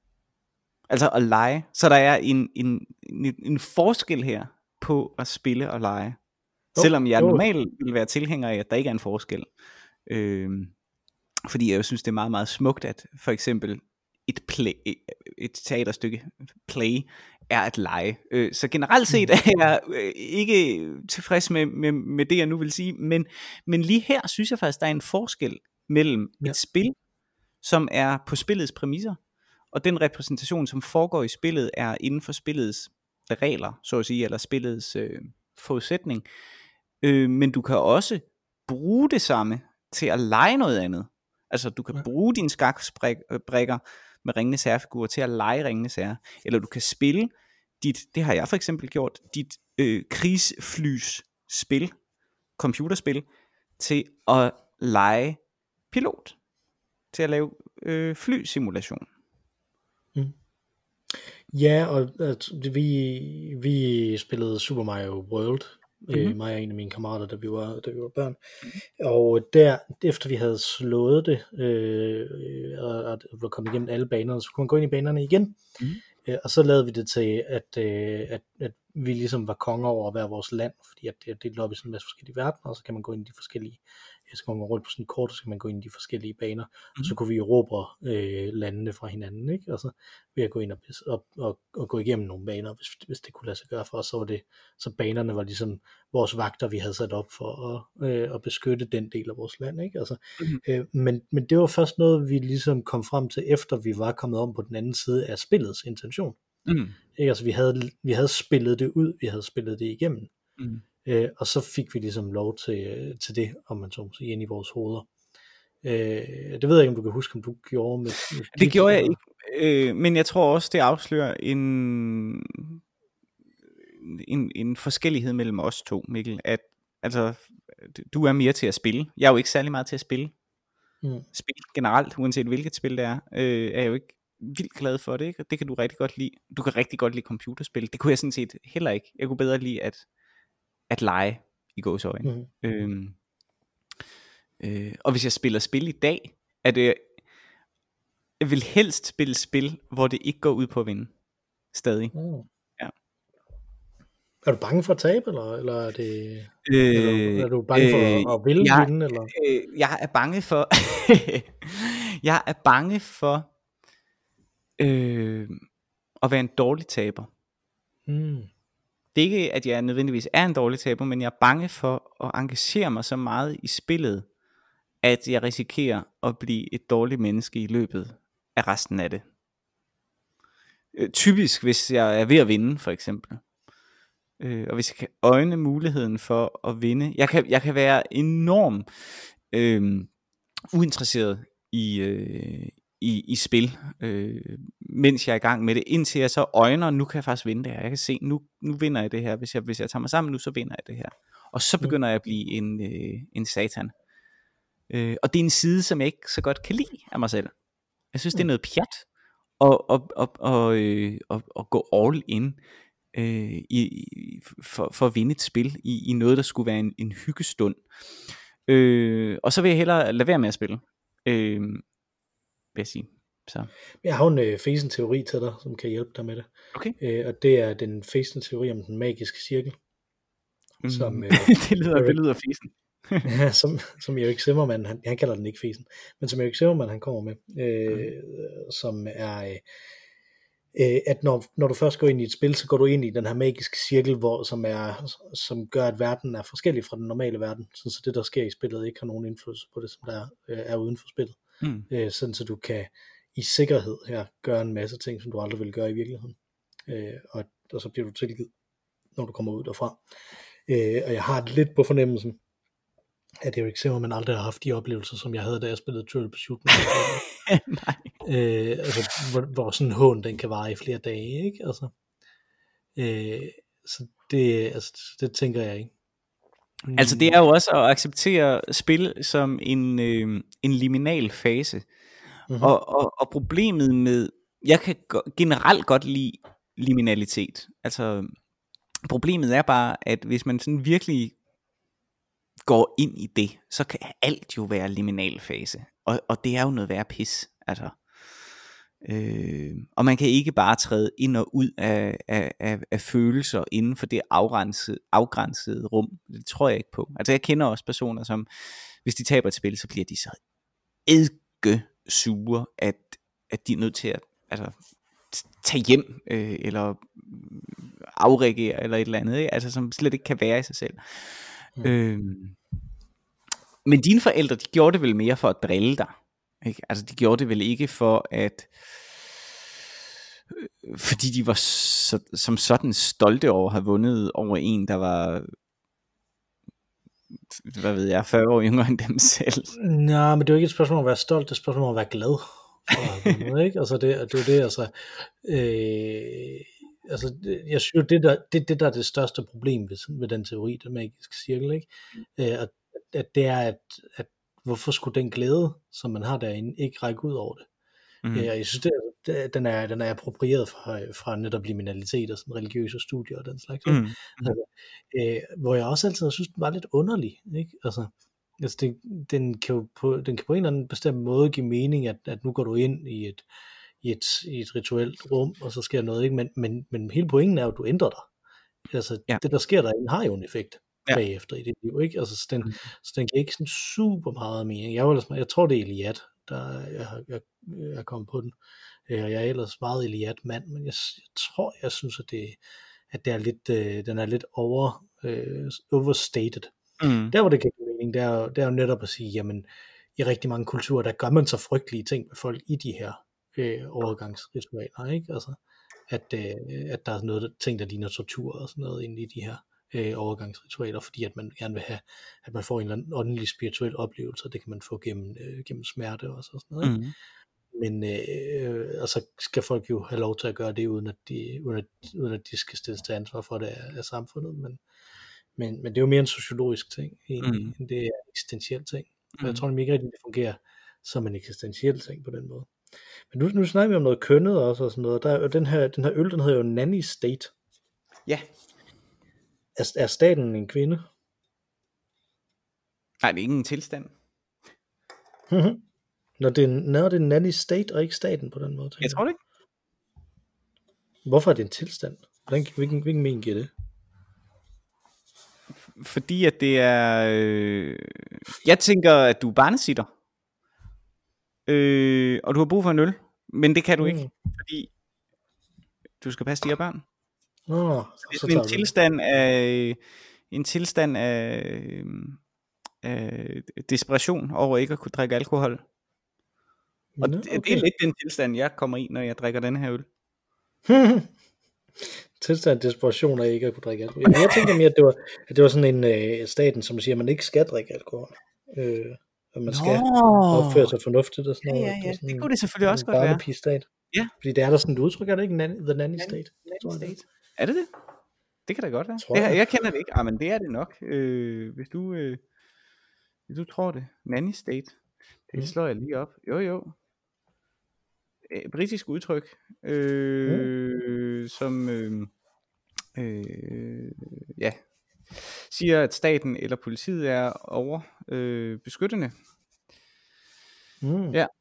Speaker 2: Altså at lege, så der er en, en, en, en forskel her på at spille og lege.
Speaker 1: Jo,
Speaker 2: Selvom jeg
Speaker 1: jo.
Speaker 2: normalt vil være tilhænger af, at der ikke er en forskel. Øhm, fordi jeg jo synes, det er meget, meget smukt, at for eksempel et, play, et teaterstykke, play, er at lege. Øh, så generelt set er jeg øh, ikke tilfreds med, med, med det, jeg nu vil sige, men, men lige her synes jeg faktisk, der er en forskel mellem
Speaker 1: Ja.
Speaker 2: et spil, som er på spillets præmisser, og den repræsentation, som foregår i spillet, er inden for spillets regler, så at sige, eller spillets øh, forudsætning. Øh, men du kan også bruge det samme til at lege noget andet. Altså du kan
Speaker 1: Ja.
Speaker 2: bruge dine skakbrikker med Ringenes Herre-figurer til at lege Ringenes Herre, eller du kan spille dit, det har jeg for eksempel gjort, dit øh, krigsflys spil, computerspil, til at lege pilot, til at lave øh, flysimulation.
Speaker 1: Mm. Ja, og at vi, vi spillede Super Mario World, mm-hmm. øh, mig og en af mine kammerater, da vi var, da vi var børn. Mm-hmm. Og der, efter vi havde slået det, øh, og, og var kommet igennem alle banerne, så kunne man gå ind i banerne igen. Mm-hmm. Øh, og så lavede vi det til, at, øh, at, at vi ligesom var konger over hver vores land, fordi at det er delt op i sådan en masse forskellige verdener, og så kan man gå ind i de forskellige, så kan man gå rundt på sådan et kort, og så kan man gå ind i de forskellige baner, mm. og så kunne vi erobre øh, landene fra hinanden, ikke? Og så ved at gå ind og, og, og, og gå igennem nogle baner, hvis, hvis det kunne lade sig gøre for os, så var det, så banerne var ligesom vores vagter, vi havde sat op for at, øh, at beskytte den del af vores land, ikke? Altså, mm. øh, men, men det var først noget, vi ligesom kom frem til, efter vi var kommet om på den anden side af spillets intention. Mm. Ikke? Altså vi havde, vi havde spillet det ud, vi havde spillet det igennem, mm. øh, og så fik vi ligesom lov til, til det, om man så må sige, ind i vores hoveder. Øh, det ved jeg ikke, om du kan huske, om du gjorde med, med
Speaker 2: det dit, gjorde jeg ikke, øh, men jeg tror også, det afslører en, en, en forskellighed mellem os to, Mikkel, at altså, du er mere til at spille, jeg er jo ikke særlig meget til at spille, mm. spil generelt, uanset hvilket spil det er, øh, er jeg jo ikke vildt glad for det, ikke? Det kan du rigtig godt lide. Du kan rigtig godt lide computerspil. Det kunne jeg sådan set heller ikke. Jeg kunne bedre lide at at lege i gåseøjne. Mm. Øhm, øh, og hvis jeg spiller spil i dag, er det jeg vil helst spille spil, hvor det ikke går ud på at vinde. Stadig. Mm. Ja.
Speaker 1: Er du bange for at tabe, eller, eller er det øh, eller, er du bange for øh, at, at ville
Speaker 2: jeg,
Speaker 1: vinde, eller?
Speaker 2: Øh, jeg er bange for jeg er bange for Øh, at være en dårlig taber. Mm. Det er ikke, at jeg nødvendigvis er en dårlig taber, men jeg er bange for at engagere mig så meget i spillet, at jeg risikerer at blive et dårligt menneske i løbet af resten af det. øh, typisk hvis jeg er ved at vinde for eksempel, øh, og hvis jeg kan øjne muligheden for at vinde, jeg kan, jeg kan være enormt øh, uinteresseret i, øh, i, i spil, øh, mens jeg er i gang med det, indtil jeg så øjner, nu kan jeg faktisk vinde det her, jeg kan se, nu, nu vinder jeg det her, hvis jeg, hvis jeg tager mig sammen nu, så vinder jeg det her, og så begynder jeg at blive en, øh, en satan, øh, og det er en side, som jeg ikke så godt kan lide af mig selv. Jeg synes, det er noget pjat, og, og, og, og, øh, og, og gå all in, øh, i, for, for at vinde et spil, i, i noget, der skulle være en, en hyggestund. Øh, og så vil jeg hellere lade være med at spille, øh, vil jeg sige. Så.
Speaker 1: Jeg har en øh, fesen teori til dig, som kan hjælpe dig med det.
Speaker 2: Okay.
Speaker 1: Øh, og det er den fesen teori om den magiske cirkel.
Speaker 2: Mm.
Speaker 1: Som, øh,
Speaker 2: det, lyder, Eric, det lyder fesen.
Speaker 1: ja, som, som Erik Zimmermann, han, han kalder den ikke fesen, men som Erik Zimmermann han kommer med, øh, mm. som er, øh, at når, når du først går ind i et spil, så går du ind i den her magiske cirkel, hvor, som, er, som gør, at verden er forskellig fra den normale verden, så det, der sker i spillet, ikke har nogen indflydelse på det, som der øh, er uden for spillet. Mm. Øh, sådan så du kan i sikkerhed her gøre en masse ting, som du aldrig ville gøre i virkeligheden. Øh, og, og så bliver du tilgivet, når du kommer ud derfra. Øh, og jeg har lidt på fornemmelsen, at Erik Zimmermann aldrig har haft de oplevelser, som jeg havde, da jeg spillede Trivial Pursuit.
Speaker 2: Nej.
Speaker 1: Øh, altså, hvor, hvor sådan en hån, den kan vare i flere dage, ikke? Altså, øh, så det, altså, det tænker jeg ikke.
Speaker 2: Mm. Altså det er jo også at acceptere spil som en, øh, en liminal fase. Mm-hmm. Og, og, og problemet med, jeg kan generelt godt lide liminalitet. Altså problemet er bare, at hvis man sådan virkelig går ind i det, så kan alt jo være liminal fase, og, og det er jo noget værre pis, altså, øh, og man kan ikke bare træde ind og ud af, af, af, af følelser inden for det afgrænsede, afgrænsede rum, det tror jeg ikke på. Altså jeg kender også personer, som hvis de taber et spil, så bliver de så edge sure, at, at de er nødt til at altså, tage hjem, øh, eller afreagere, eller et eller andet, ikke? Altså som slet ikke kan være i sig selv. Mm. Øhm, men dine forældre, de gjorde det vel mere for at drille dig, ikke? Altså de gjorde det vel ikke for at øh, fordi de var så, som sådan stolte over at have vundet over en, der var, hvad ved jeg, fyrre år yngre end dem selv.
Speaker 1: Nej, men det er jo ikke et spørgsmål om at være stolt, det er et spørgsmål om at være glad for noget, ikke? Altså det, det er jo det, altså øh, altså, jeg synes jo, det der, det, det der er det største problem ved, ved den teori, den magiske cirkel, ikke? Øh, at, at det er, at, at hvorfor skulle den glæde, som man har derinde, ikke række ud over det? Mm. Øh, jeg synes, det, den, er, den er approprieret fra, fra netop liminalitet og sådan religiøse studier og den slags. Mm. Altså, øh, hvor jeg også altid synes, den var lidt underlig, ikke? Altså, altså det, den, kan jo på, den kan på en eller anden bestemt måde give mening, at, at nu går du ind i et i et, i et rituelt rum, og så sker noget, ikke? Men, men, men hele pointen er jo, at du ændrer dig. Altså, ja. Det der sker derinde, har jo en effekt ja. bagefter i dit liv, ikke? Altså, så den, mm. så den giver ikke sådan super meget mening. Jeg, var, jeg tror, det er Eliade, der jeg, jeg, jeg er kommet på den. Og jeg er ellers meget Eliade-mand, men jeg, jeg tror, jeg synes, at det, at det er lidt, øh, den er lidt over, øh, overstated. Mm. Der, hvor det kan give mening, det er, det er jo netop at sige, jamen, i rigtig mange kulturer, der gør man så frygtelige ting med folk i de her Øh, overgangsritualer, ikke? Altså, at, øh, at der er noget, der, ting, der ligner tortur og sådan noget inde i de her øh, overgangsritualer, fordi at man gerne vil have, at man får en eller anden åndelig spirituel oplevelse, og det kan man få gennem, øh, gennem smerte og sådan noget, ikke? Mm. Men øh, og så skal folk jo have lov til at gøre det, uden at de, uden at, uden at de skal stilles til ansvar for det af, af samfundet, men, men, men det er jo mere en sociologisk ting, egentlig, mm. end det er en eksistentiel ting. Og jeg tror nemlig ikke rigtig, det fungerer som en eksistentiel ting på den måde. Men nu, nu snakker vi om noget kønnet også og sådan noget. Der er jo den her, den her øl, den hedder jo Nanny State.
Speaker 2: Ja.
Speaker 1: Er, er staten en kvinde?
Speaker 2: Nej, det er ikke en tilstand.
Speaker 1: Mm-hmm. Når det er, når det er Nanny State og ikke staten på den måde.
Speaker 2: Jeg tror det ikke.
Speaker 1: Hvorfor er det en tilstand? Hvordan, hvilken, hvilken mening giver det?
Speaker 2: Fordi at det er... Øh... Jeg tænker, at du er barnesitter. Øh, og du har brug for en øl, men det kan du mm. ikke, fordi du skal passe de her børn.
Speaker 1: Oh,
Speaker 2: så det er en tilstand af en tilstand af, af desperation over ikke at kunne drikke alkohol. Og no, okay. det, det er lidt den tilstand, jeg kommer i, når jeg drikker den her øl.
Speaker 1: Tilstand desperation af ikke at kunne drikke alkohol. Jeg tænker mere, at det var, at det var sådan en øh, staten, som siger, at man ikke skal drikke alkohol. Øh, og man skal opføre sig fornuftigt og sådan noget.
Speaker 2: Ja, ja, ja.
Speaker 1: Det,
Speaker 2: det kunne det selvfølgelig også godt være.
Speaker 1: Stat.
Speaker 2: Ja.
Speaker 1: Fordi det er der sådan et udtryk, er det ikke? Nanny, the nanny state.
Speaker 2: Nanny state. Er det det? Det kan da godt være.
Speaker 1: Tror
Speaker 2: det,
Speaker 1: jeg.
Speaker 2: jeg kender det ikke. Ah, men det er det nok. Øh, hvis du øh, hvis du tror det. Nanny state. Det mm. slår jeg lige op. Jo jo. Æ, britisk udtryk. Øh, mm. Som øh, øh, ja siger, at staten eller politiet er over øh, beskyttende.
Speaker 1: Mm.
Speaker 2: Ja.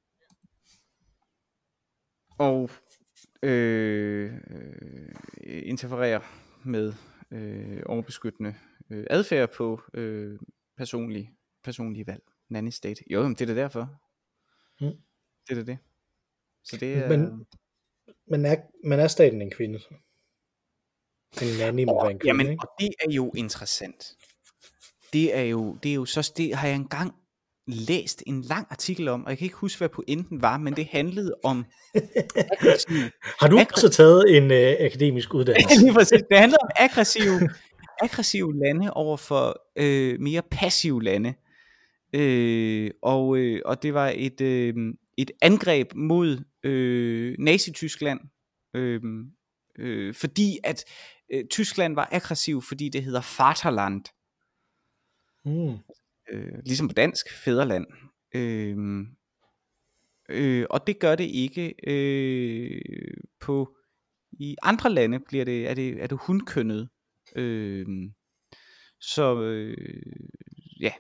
Speaker 2: Og øh, interfererer med øh, overbeskyttende øh, adfærd på øh, personlige, personlige valg. Nanny state. Jo, men det er det derfor.
Speaker 1: Mm.
Speaker 2: Det er det det. Så det er...
Speaker 1: Men, men, er, men er staten en kvinde? En nanny må være en kvinde,
Speaker 2: jamen,
Speaker 1: ikke?
Speaker 2: og det er jo interessant. Det er jo, det er jo så, det har jeg engang læst en lang artikel om, og jeg kan ikke huske, hvad pointen var, men det handlede om aggressiv.
Speaker 1: Har du også taget en øh, akademisk uddannelse?
Speaker 2: Lige præcis. Det handlede om aggressive, aggressive lande over for øh, mere passive lande. Øh, og, øh, og det var et, øh, et angreb mod øh, Nazi-Tyskland, øh, øh, fordi at øh, Tyskland var aggressiv, fordi det hedder Vaterland.
Speaker 1: Mm.
Speaker 2: Øh, ligesom på dansk, fædreland. Øh, øh, og det gør det ikke øh, på i andre lande bliver det er det er det hunkønnet. Øh, så øh, ja.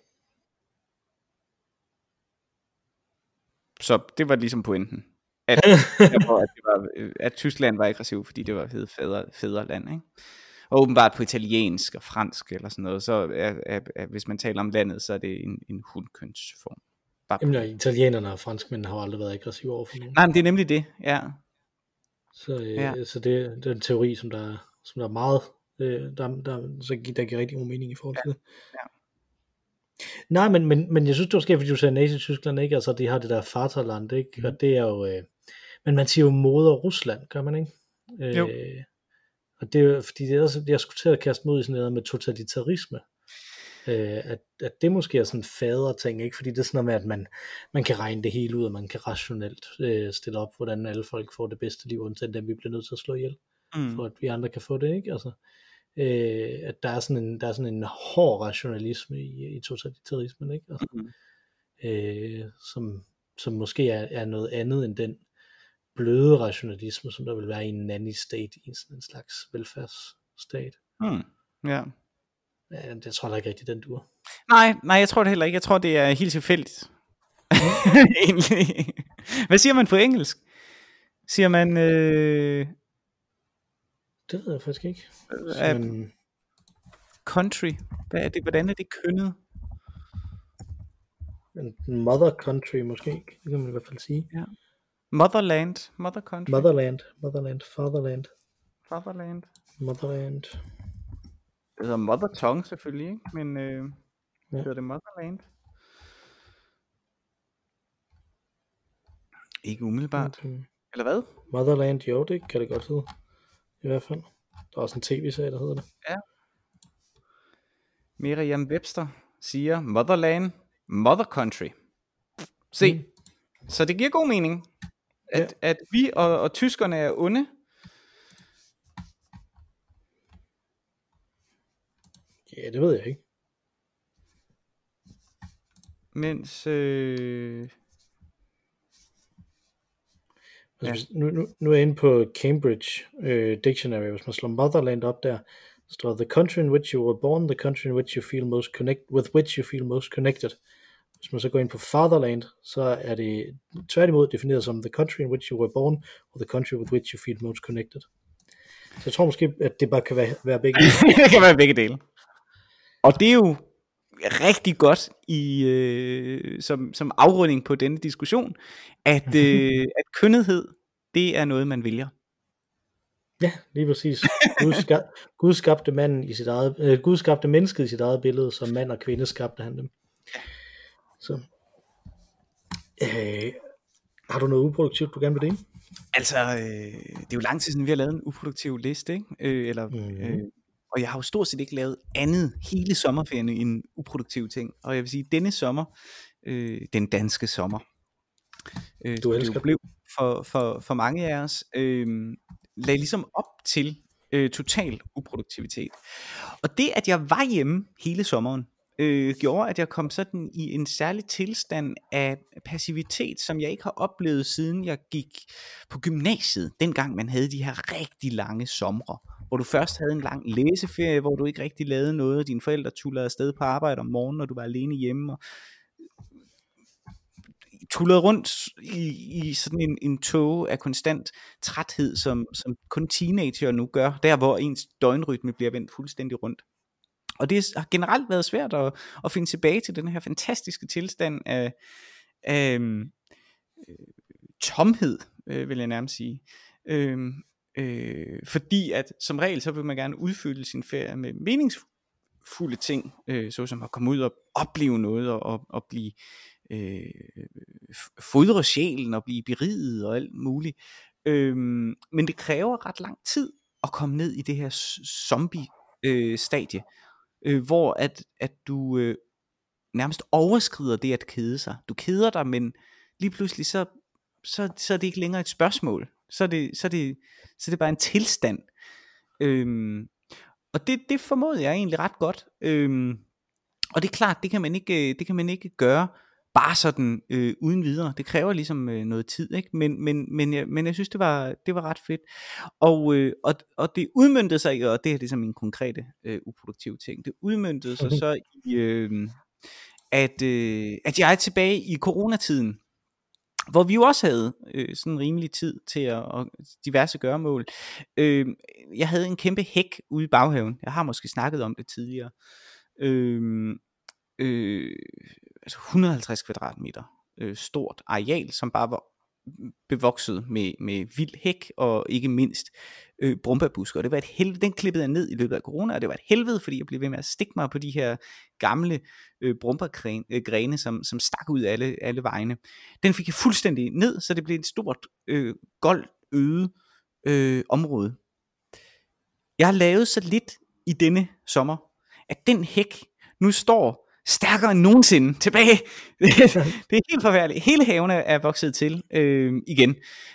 Speaker 2: Så det var ligesom pointen, at, at, det var, at Tyskland var aggressiv, fordi det var hed fædre, fædreland, ikke? Og åbenbart på italiensk og fransk eller sådan noget, så er, er, er, hvis man taler om landet, så er det en, en hundkønsform.
Speaker 1: Jamen, ja, italienerne og franskmændene har aldrig været aggressive overfor nogen.
Speaker 2: Nej, men det er nemlig det, ja.
Speaker 1: Så, øh,
Speaker 2: ja.
Speaker 1: så det, det er en teori, som der, som der er meget, øh, der, der, så, der giver rigtig god mening i forhold til
Speaker 2: ja.
Speaker 1: det.
Speaker 2: Ja.
Speaker 1: Nej, men, men, men jeg synes, det var skægt, fordi du sagde Nazi-Tyskland, ikke? Altså, de har det der Vaterland, ikke? Mm. Og det er jo, øh, men man siger jo moder Rusland, gør man ikke? Øh,
Speaker 2: jo.
Speaker 1: Og det er jo, fordi det er også, jeg skulle til at kaste mod i sådan noget med totalitarisme. Øh, at, at det måske er sådan en faderting, ikke? Fordi det er sådan noget med, at man, man kan regne det hele ud, og man kan rationelt øh, stille op, hvordan alle folk får det bedste liv, undtagen dem, vi bliver nødt til at slå ihjel, mm. for at vi andre kan få det, ikke? Altså, øh, at der er sådan en, der er sådan en hård rationalisme i, i totalitarismen, ikke? Altså, mm. øh, som, som måske er, er noget andet end den bløde rationalisme, som der vil være i en nanny state, i sådan en slags velfærdsstat.
Speaker 2: Mm. Ja.
Speaker 1: Ja, det tror jeg ikke rigtig, den dur.
Speaker 2: Nej, nej, jeg tror det heller ikke. Jeg tror, det er helt tilfældigt. Egentlig. Hvad siger man på engelsk? Siger man... Øh...
Speaker 1: Det ved jeg faktisk ikke.
Speaker 2: Uh, man... Country. Hvad er det? Hvordan er det kønnet?
Speaker 1: Mother country måske. Det kan man i hvert fald sige.
Speaker 2: Ja. Motherland. Mother country.
Speaker 1: Motherland. Motherland. Fatherland.
Speaker 2: Fatherland.
Speaker 1: Motherland.
Speaker 2: Det hedder mother tongue selvfølgelig, ikke? Men øh, ja. Hedder det motherland? Ikke umiddelbart. Okay. Eller hvad?
Speaker 1: Motherland, jo, det kan det godt hedde. I hvert fald. Der er også en tv-serie, der hedder det.
Speaker 2: Ja. Merriam Webster siger motherland, mother country. Se. Mm. Så det giver god mening, at, ja. at vi og, og tyskerne er onde.
Speaker 1: Ja, det ved jeg ikke.
Speaker 2: Mens øh...
Speaker 1: altså, ja. nu, nu, nu er jeg inde på Cambridge uh, Dictionary. Hvis man slår motherland op der, så står the country in which you were born, the country in which you feel most connected, with which you feel most connected. Hvis man så går ind på fatherland, så er det tværtimod defineret som the country in which you were born, or the country with which you feel most connected. Så jeg tror måske, at det bare kan være, være begge dele.
Speaker 2: Det kan være begge dele. Og det er jo rigtig godt i øh, som, som afrunding på denne diskussion, at, øh, at kønnethed, det er noget, man vælger.
Speaker 1: Ja, lige præcis. Gud, skab, Gud skabte manden i sit eget, øh, Gud skabte mennesket i sit eget billede, som mand og kvinde skabte han dem. Så øh, har du noget uproduktivt, du gerne vil dele?
Speaker 2: Altså, øh, det er jo lang tid siden, vi har lavet en uproduktiv liste, ikke? Øh, eller,
Speaker 1: mm-hmm.
Speaker 2: øh, og jeg har jo stort set ikke lavet andet hele sommerferien end en uproduktiv ting. Og jeg vil sige, denne sommer, øh, den danske sommer, øh,
Speaker 1: du
Speaker 2: som
Speaker 1: elsker
Speaker 2: det jo blev for, for, for mange af os, øh, lagde ligesom op til øh, total uproduktivitet. Og det, at jeg var hjemme hele sommeren, øh, gjorde, at jeg kom sådan i en særlig tilstand af passivitet, som jeg ikke har oplevet, siden jeg gik på gymnasiet, dengang man havde de her rigtig lange somre, hvor du først havde en lang læseferie, hvor du ikke rigtig lavede noget, og dine forældre tullede afsted på arbejde om morgenen, og du var alene hjemme, og tullede rundt i, i sådan en, en tåge af konstant træthed, som, som kun teenager nu gør, der hvor ens døgnrytme bliver vendt fuldstændig rundt. Og det har generelt været svært at, at finde tilbage til den her fantastiske tilstand af, af øh, tomhed, øh, vil jeg nærmest sige. Øh, øh, fordi at som regel, så vil man gerne udfylde sin ferie med meningsfulde ting, øh, såsom at komme ud og opleve noget, og, og, og blive øh, fodre sjælen, og blive beriget og alt muligt. Øh, men det kræver ret lang tid at komme ned i det her zombie-stadie, Øh, hvor at, at du øh, nærmest overskrider det at kede sig. Du keder dig, men lige pludselig så, så, så er det ikke længere et spørgsmål. Så er det, så er det, så er det bare en tilstand. Øhm, og det, det formåede jeg egentlig ret godt. Øhm, og det er klart, det kan man ikke, det kan man ikke gøre bare sådan øh, uden videre. Det kræver ligesom øh, noget tid, ikke? Men, men, men, jeg, men jeg synes, det var, det var ret fedt. Og, øh, og, og det udmøntede sig, og det her det er så min konkrete øh, uproduktive ting, det udmøntede sig så i, øh, at, øh, at jeg er tilbage i coronatiden, hvor vi jo også havde øh, sådan rimelig tid til at, og diverse gøremål. Øh, jeg havde en kæmpe hæk ude i baghaven. Jeg har måske snakket om det tidligere. Øh, øh, altså et hundrede og halvtreds kvadratmeter øh, stort areal, som bare var bevokset med, med vild hæk, og ikke mindst øh, brumbærbusker. Og det var et helvede, den klippede jeg ned i løbet af corona, og det var et helvede, fordi jeg blev ved med at stikke mig på de her gamle øh, brumbærgrene, som, som stak ud alle, alle vejene. Den fik jeg fuldstændig ned, så det blev et stort, øh, goldt, øde øh, område. Jeg har lavet så lidt i denne sommer, at den hæk nu står stærkere end nogensinde tilbage. Det er helt forfærdeligt. Hele haven er vokset til øh, igen.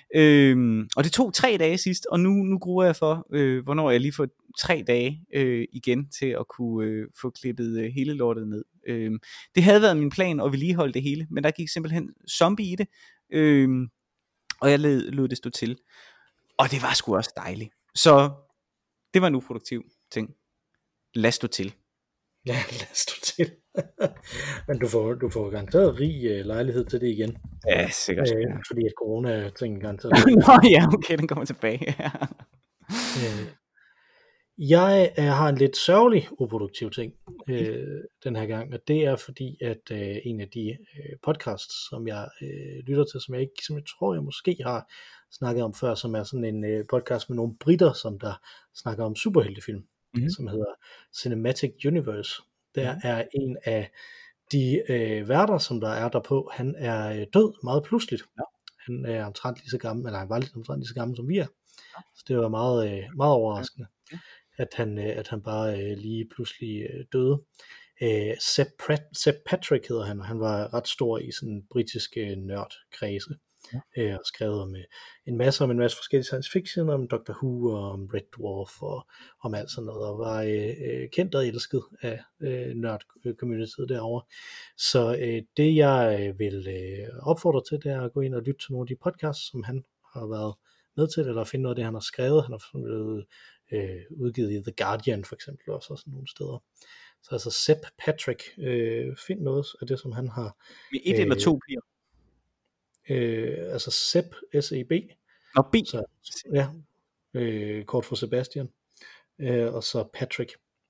Speaker 2: Øh, og det tog tre dage sidst, og nu, nu gruer jeg for, øh, hvornår jeg lige får tre dage øh, igen til at kunne øh, få klippet øh, hele lortet ned. Øh, det havde været min plan at vedligeholde det hele, men der gik simpelthen zombie i det, øh, og jeg lod, lod det stå til. Og det var sgu også dejligt. Så det var en uproduktiv ting. Lad stå til.
Speaker 1: Ja, lad stå til. Men du får, du får garanteret rig uh, lejlighed til det igen.
Speaker 2: Ja, sikkert.
Speaker 1: Øh,
Speaker 2: Ja.
Speaker 1: fordi at corona ting garanteret.
Speaker 2: Nå ja, okay, den kommer tilbage. Ja.
Speaker 1: øh, jeg er, har en lidt sørgelig uproduktiv ting øh, den her gang, og det er fordi, at øh, en af de øh, podcasts, som jeg øh, lytter til, som jeg ikke, som jeg tror, jeg måske har snakket om før, som er sådan en øh, podcast med nogle britter, som der snakker om superheltefilm, mm-hmm. som hedder Cinematic Universe. Der mm-hmm. er en af de øh, værter, som der er der på, han er øh, død meget pludseligt. Ja. Han er omtrent lige så gammel, eller han var lidt omtrent lige så gammel som vi er. Ja. Så det var meget, øh, meget overraskende, ja. at, han, øh, at han bare øh, lige pludselig øh, døde. Øh, Sepp, Pratt, Sepp Patrick hedder han, og han var ret stor i sådan britiske nørdkredse. Ja. Øh, og skrevet om øh, en masse om en masse forskellige science fiction, om Doctor Who og om Red Dwarf og om alt sådan noget, og var øh, kendt og elsket af øh, nørd-communityet derovre. Så øh, det jeg øh, vil øh, opfordre til, det er at gå ind og lytte til nogle af de podcasts, som han har været med til, eller finde noget af det, han har skrevet. Han har blevet øh, udgivet i The Guardian for eksempel, også og sådan nogle steder. Så altså Sepp Patrick, øh, find noget af det, som han har.
Speaker 2: Med et øh, eller to piger.
Speaker 1: Øh, altså Sepp, S E B.
Speaker 2: Nå, B.
Speaker 1: Så, ja, øh, kort for Sebastian. Øh, og så Patrick.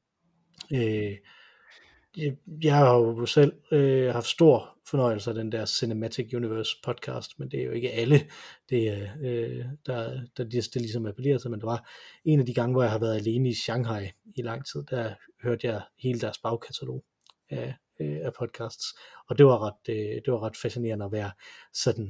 Speaker 1: Øh, jeg, jeg har jo selv øh, haft stor fornøjelse af den der Cinematic Universe podcast, men det er jo ikke alle, det er, øh, der, der det, det ligesom appellerer til, men det var en af de gange, hvor jeg har været alene i Shanghai i lang tid, der hørte jeg hele deres bagkatalog af af podcasts, og det var ret, det var ret fascinerende at være sådan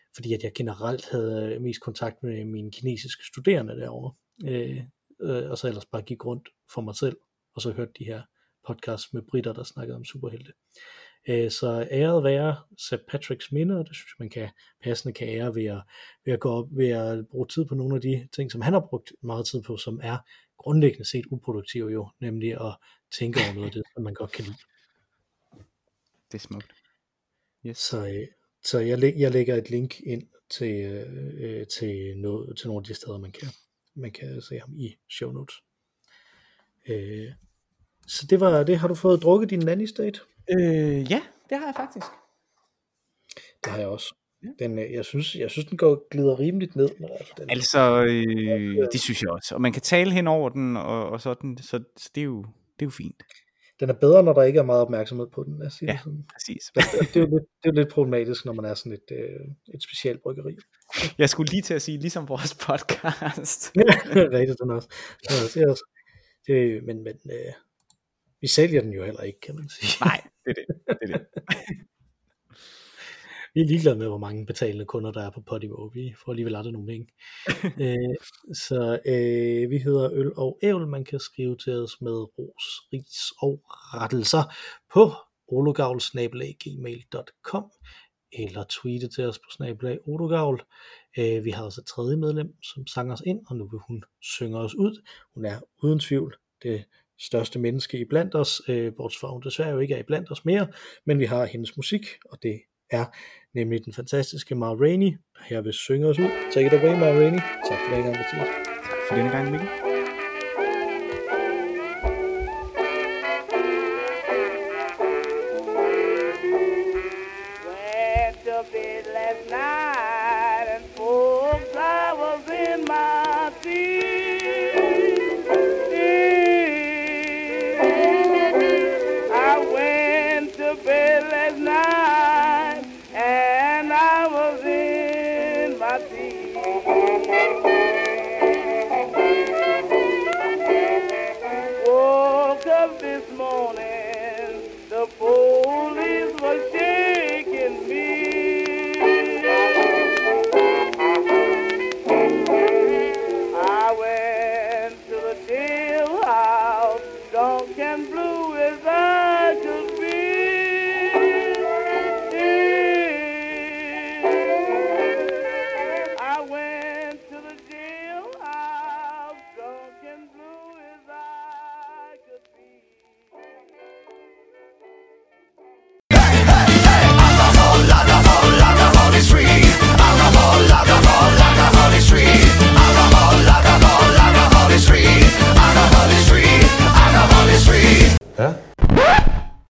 Speaker 1: fordi at jeg generelt havde mest kontakt med mine kinesiske studerende derovre, øh, øh, og så ellers bare gik rundt for mig selv, og så hørte de her podcasts med britter, der snakkede om superhelte. Øh, så æret være Saint Patricks minde, og det synes jeg, man kan passende kan ære ved at, ved at gå op, ved at bruge tid på nogle af de ting, som han har brugt meget tid på, som er grundlæggende set uproduktive jo, nemlig at tænke over noget af det, som man godt kan lide.
Speaker 2: Det er smukt.
Speaker 1: Yes. Så, øh, så jeg, jeg lægger et link ind til, øh, til, noget, til nogle af de steder, man kan, man kan se ham i show notes. Øh, så det var det. Har du fået drukket din nanny state?
Speaker 2: Øh, ja, det har jeg faktisk.
Speaker 1: Det har jeg også. Den, jeg, synes, jeg synes, den går glider rimeligt ned. Altså, den,
Speaker 2: altså øh, det synes jeg også. Og man kan tale hen over den, og, og sådan, så, så det, er jo, det er jo fint.
Speaker 1: Den er bedre, når der ikke er meget opmærksomhed på den. Jeg siger
Speaker 2: ja,
Speaker 1: det sådan.
Speaker 2: præcis.
Speaker 1: Det, det, er jo lidt, det er jo lidt problematisk, når man er sådan et, øh, et specielt bryggeri.
Speaker 2: Jeg skulle lige til at sige, ligesom vores podcast.
Speaker 1: Rigtigt, den også. Ja, det er også det, men men øh, vi sælger den jo heller ikke, kan man sige.
Speaker 2: Nej, det er det. det, er det.
Speaker 1: Vi er ligeglade med, hvor mange betalende kunder, der er på Podimo. Vi får alligevel aldrig nogen penge. øh, så øh, vi hedder Øl og Ævl. Man kan skrive til os med ros, ris og rettelser på ologavl snabel-a gmail punktum com eller tweete til os på snabel-a ologavl. Øh, vi har også et tredje medlem, som sanger os ind, og nu vil hun synge os ud. Hun er uden tvivl det største menneske i blandt os, øh, bortset fra hun desværre jo ikke er i blandt os mere, men vi har hendes musik, og det er nemlig den fantastiske Ma Rainey, der her vil synge os ud. Take it away, Ma Rainey. Tak for denne gang, Mathias.
Speaker 2: Tak for denne gang, Mikkel.
Speaker 3: Went to bed last night and folks, I was in my seat. I went to bed last night and I was in my seat.